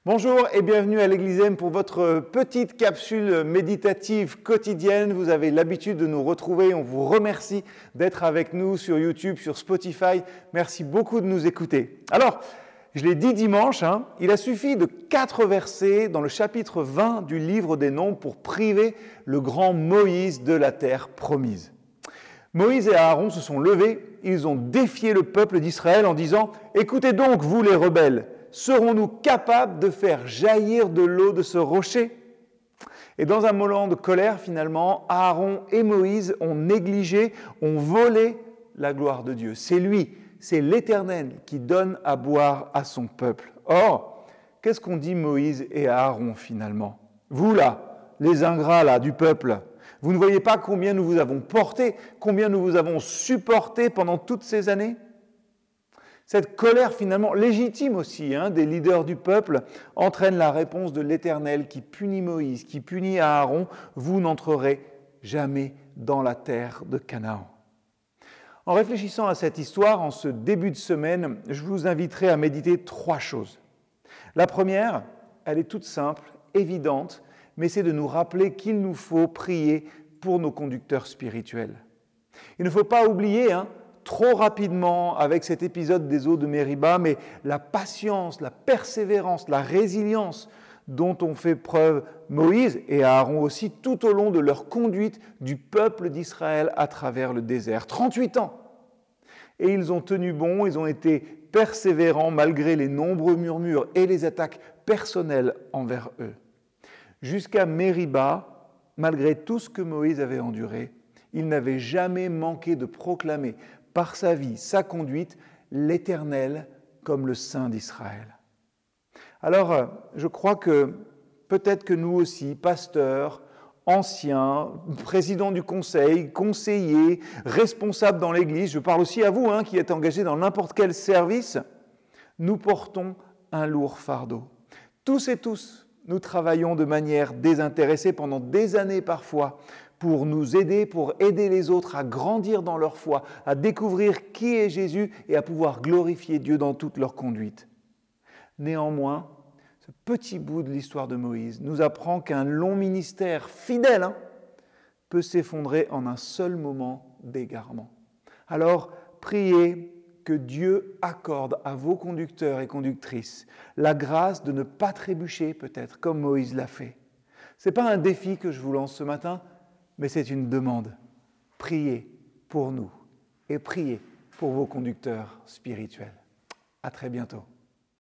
Bonjour et bienvenue à l'Église M pour votre petite capsule méditative quotidienne. Vous avez l'habitude de nous retrouver. On vous remercie d'être avec nous sur YouTube, sur Spotify. Merci beaucoup de nous écouter. Alors, je l'ai dit dimanche, il a suffi de 4 versets dans le chapitre 20 du livre des Nombres pour priver le grand Moïse de la terre promise. Moïse et Aaron se sont levés, ils ont défié le peuple d'Israël en disant « Écoutez donc, vous les rebelles, serons-nous capables de faire jaillir de l'eau de ce rocher ?» Et dans un moment de colère, finalement, Aaron et Moïse ont négligé, ont volé la gloire de Dieu. C'est lui, c'est l'Éternel qui donne à boire à son peuple. Or, qu'est-ce qu'ont dit Moïse et Aaron finalement ? Vous là, les ingrats là du peuple, vous ne voyez pas combien nous vous avons porté, combien nous vous avons supporté pendant toutes ces années ? Cette colère finalement légitime aussi des leaders du peuple entraîne la réponse de l'Éternel qui punit Moïse, qui punit Aaron. Vous n'entrerez jamais dans la terre de Canaan. En réfléchissant à cette histoire, en ce début de semaine, je vous inviterai à méditer 3 choses. La première, elle est toute simple, évidente, mais c'est de nous rappeler qu'il nous faut prier pour nos conducteurs spirituels. Il ne faut pas oublier, trop rapidement avec cet épisode des eaux de Mériba, mais la patience, la persévérance, la résilience dont ont fait preuve Moïse et Aaron aussi tout au long de leur conduite du peuple d'Israël à travers le désert. 38 ans. Et ils ont tenu bon, ils ont été persévérants malgré les nombreux murmures et les attaques personnelles envers eux. Jusqu'à Mériba, malgré tout ce que Moïse avait enduré, il n'avait jamais manqué de proclamer par sa vie, sa conduite, l'Éternel comme le Saint d'Israël. Alors, je crois que peut-être que nous aussi, pasteurs, anciens, présidents du conseil, conseillers, responsables dans l'Église, je parle aussi à vous qui êtes engagés dans n'importe quel service, nous portons un lourd fardeau. Tous et tous, nous travaillons de manière désintéressée pendant des années parfois pour nous aider, pour aider les autres à grandir dans leur foi, à découvrir qui est Jésus et à pouvoir glorifier Dieu dans toute leur conduite. Néanmoins, ce petit bout de l'histoire de Moïse nous apprend qu'un long ministère fidèle peut s'effondrer en un seul moment d'égarement. Alors, priez que Dieu accorde à vos conducteurs et conductrices la grâce de ne pas trébucher peut-être comme Moïse l'a fait. Ce n'est pas un défi que je vous lance ce matin, mais c'est une demande. Priez pour nous et priez pour vos conducteurs spirituels. À très bientôt.